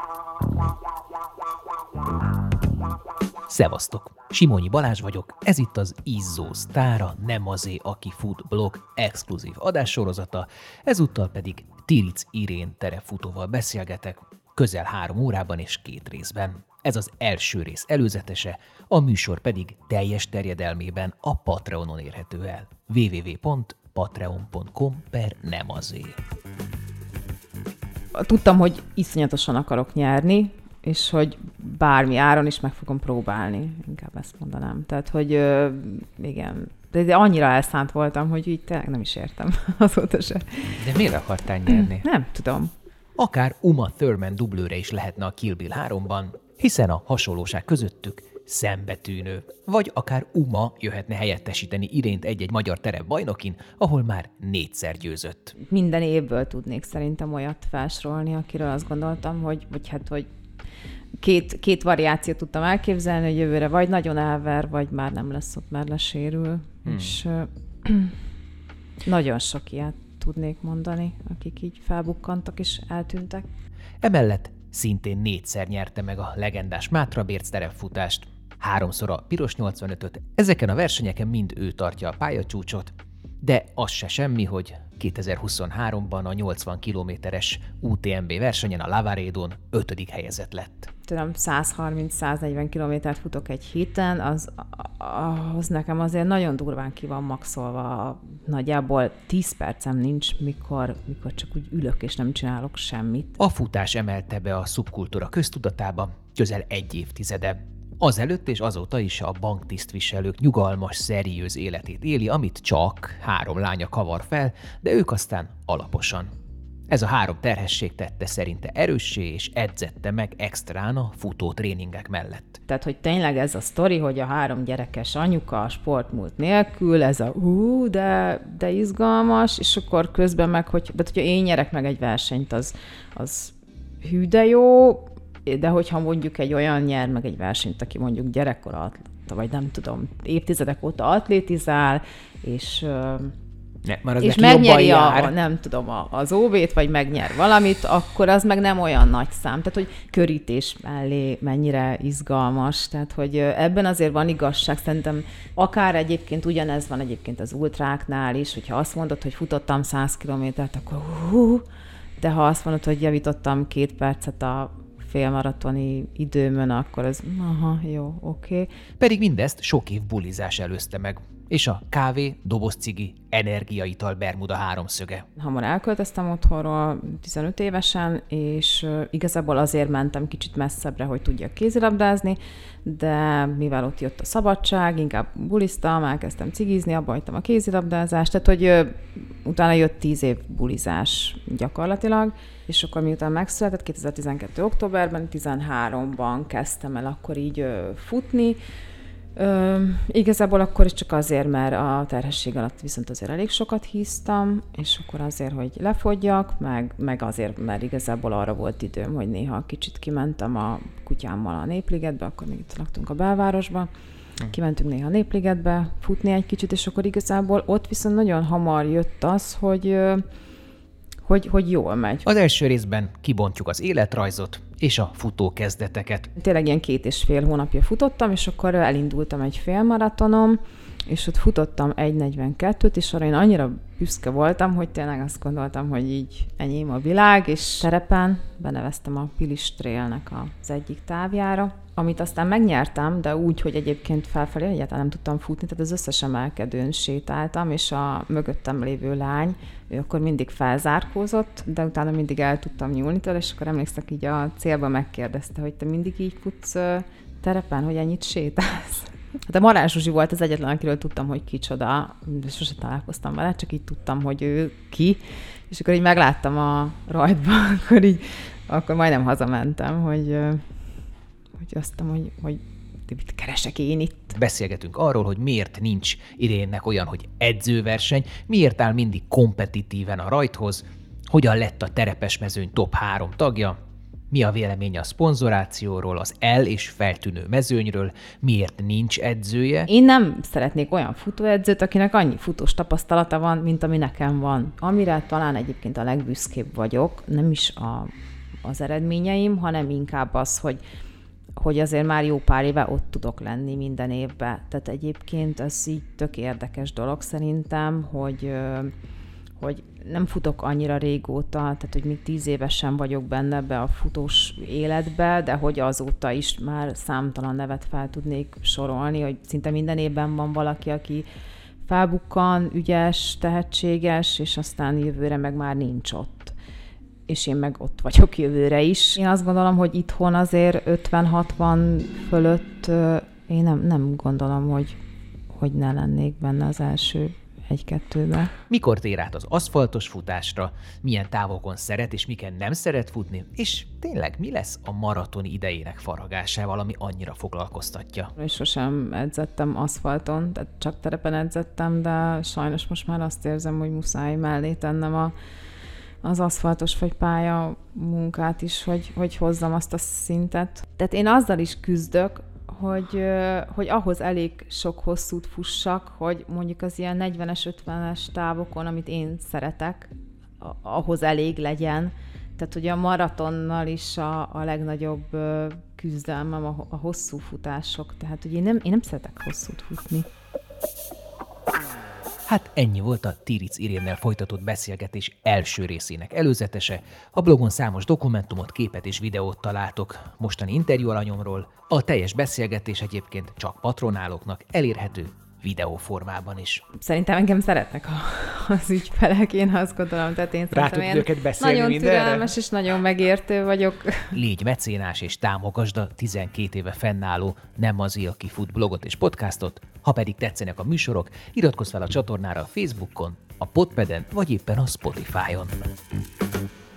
Szevasztok! Simonyi Balázs vagyok, ez itt az Izzó Sztára, nem azé, aki fut blog exkluzív adássorozata, ezúttal pedig Tiric Irén terepfutóval beszélgetek, közel 3 órában és 2 részben. Ez az első rész előzetese, a műsor pedig teljes terjedelmében a Patreonon érhető el. www.patreon.com/nemazé. Tudtam, hogy iszonyatosan akarok nyerni, és hogy bármi áron is meg fogom próbálni. Inkább ezt mondanám. Tehát, hogy igen. De annyira elszánt voltam, hogy így tényleg nem is értem azóta se. De miért akartál nyerni? Nem tudom. Akár Uma Thurman dublőre is lehetne a Kill Bill 3-ban, hiszen a hasonlóság közöttük szembetűnő. Vagy akár Uma jöhetne helyettesíteni Irént egy-egy magyar terepbajnokin, ahol már 4-szer győzött. Minden évből tudnék szerintem olyat felsorolni, akiről azt gondoltam, hogy két variációt tudtam elképzelni, hogy jövőre vagy nagyon elver, vagy már nem lesz ott, mert lesérül. És nagyon sok ilyet tudnék mondani, akik így felbukkantak és eltűntek. Emellett szintén 4-szer nyerte meg a legendás Mátra Bérc terepfutást, 3-szor a Piros 85-öt, ezeken a versenyeken mind ő tartja a pályacsúcsot, de az se semmi, hogy 2023-ban a 80 kilométeres UTMB versenyen a Lavaredón 5. helyezett lett. Tudom, 130-140 kilométert futok egy héten, az nekem azért nagyon durván ki van maxolva. Nagyjából 10 percem nincs, mikor csak úgy ülök és nem csinálok semmit. A futás emelte be a szubkultúra köztudatába közel 1 évtizede. Azelőtt és azóta is a banktisztviselők nyugalmas, szeriőz életét éli, amit csak 3 lánya kavar fel, de ők aztán alaposan. Ez a 3 terhesség tette szerinte erőssé, és edzette meg extrán a futótréningek mellett. Tehát, hogy tényleg ez a sztori, hogy a 3 gyerekes anyuka a sportmúlt nélkül, ez a de izgalmas, és akkor közben meg, hogyha én nyerek meg egy versenyt, az hű de jó, de hogyha mondjuk egy olyan nyer meg egy versenyt, aki mondjuk gyerekkor atleta, vagy nem tudom, évtizedek óta atlétizál, és megnyeri nem tudom, az OB-t, vagy megnyer valamit, akkor az meg nem olyan nagy szám. Tehát, hogy körítés mellé mennyire izgalmas. Tehát, hogy ebben azért van igazság. Szerintem akár egyébként ugyanez van egyébként az ultráknál is, hogyha azt mondod, hogy futottam 100 kilométert, akkor de ha azt mondod, hogy javítottam 2 percet a félmaratoni időmön, akkor ez jó, oké. Pedig mindezt sok év bulizás előzte meg, és a kávé, dobozcigi, energiaital Bermuda háromszöge. Hamar elköltöztem otthonról 15 évesen, és igazából azért mentem kicsit messzebbre, hogy tudjak kézilabdázni, de mivel ott jött a szabadság, inkább buliztam, elkezdtem cigizni, abba hagytam a kézilabdázást, tehát hogy utána jött 10 év bulizás gyakorlatilag, és akkor miután megszületett 2012. októberben, 13-ban kezdtem el akkor így futni. Igazából akkor is csak azért, mert a terhesség alatt viszont azért elég sokat híztam, és akkor azért, hogy lefogyjak, meg azért, mert igazából arra volt időm, hogy néha kicsit kimentem a kutyámmal a Népligetbe, akkor még itt laktunk a belvárosban, kimentünk néha a Népligetbe futni egy kicsit, és akkor igazából ott viszont nagyon hamar jött az, hogy jól megy. Az első részben kibontjuk az életrajzot és a futókezdeteket. Tényleg ilyen 2,5 hónapja futottam, és akkor elindultam egy félmaratonom, és ott futottam 1:42-t, és arra én annyira büszke voltam, hogy tényleg azt gondoltam, hogy így enyém a világ, és terepen beneveztem a Pilis Trailnek az egyik távjára, amit aztán megnyertem, de úgy, hogy egyébként felfelé egyáltalán nem tudtam futni, tehát az összes emelkedőn sétáltam, és a mögöttem lévő lány, ő akkor mindig felzárkózott, de utána mindig el tudtam nyúlni tőle, és akkor emlékszek, így a célba megkérdezte, hogy te mindig így futsz terepen, hogy ennyit sétálsz. Hát a Marás Zsuzsi volt az egyetlen, akiről tudtam, hogy kicsoda, de sose találkoztam vele, csak így tudtam, hogy ő ki, és akkor így megláttam a rajtban, akkor majdnem hazamentem, hogy azt mondtam, hogy mit keresek én itt. Beszélgetünk arról, hogy miért nincs Irénnek olyan, hogy edzőverseny, miért áll mindig kompetitíven a rajthoz, hogyan lett a terepes mezőny top 3 tagja, mi a véleménye a szponzorációról, az és feltűnő mezőnyről, miért nincs edzője. Én nem szeretnék olyan futóedzőt, akinek annyi futós tapasztalata van, mint ami nekem van. Amire talán egyébként a legbüszkébb vagyok, nem is a az eredményeim, hanem inkább az, hogy azért már jó pár éve ott tudok lenni minden évben. Tehát egyébként ez így tök érdekes dolog szerintem, hogy nem futok annyira régóta, tehát hogy még 10 évesen vagyok benne ebbe a futós életbe, de hogy azóta is már számtalan nevet fel tudnék sorolni, hogy szinte minden évben van valaki, aki felbukkan, ügyes, tehetséges, és aztán jövőre meg már nincs ott. És én meg ott vagyok jövőre is. Én azt gondolom, hogy itthon azért 50-60 fölött én nem gondolom, hogy ne lennék benne az első 1-2-be. Mikor tér át az aszfaltos futásra, milyen távokon szeret és miken nem szeret futni, és tényleg mi lesz a maratoni idejének faragásával, ami annyira foglalkoztatja? És sosem edzettem aszfalton, tehát csak terepen edzettem, de sajnos most már azt érzem, hogy muszáj mellé tennem az aszfaltos vagy pálya munkát is, hogy hozzam azt a szintet. Tehát én azzal is küzdök, hogy ahhoz elég sok hosszút fussak, hogy mondjuk az ilyen 40-es, 50-es távokon, amit én szeretek, ahhoz elég legyen. Tehát ugye a maratonnal is a legnagyobb küzdelmem a hosszú futások. Tehát ugye én nem szeretek hosszút futni. Hát ennyi volt a Tiric Irénnel folytatott beszélgetés első részének előzetese. A blogon számos dokumentumot, képet és videót találtok mostani interjú alanyomról. A teljes beszélgetés egyébként csak patronálóknak elérhető videóformában is. Szerintem engem szeretnek az ügyfelek, én azt gondolom, tehát én szerintem őket beszélni nagyon mindenre? türelmes és nagyon megértő vagyok. Légy mecénás és támogasd a 12 éve fennálló Nem az, aki fut blogot és podcastot. Ha pedig tetszenek a műsorok, iratkozz fel a csatornára a Facebookon, a Podpeden vagy éppen a Spotify-on.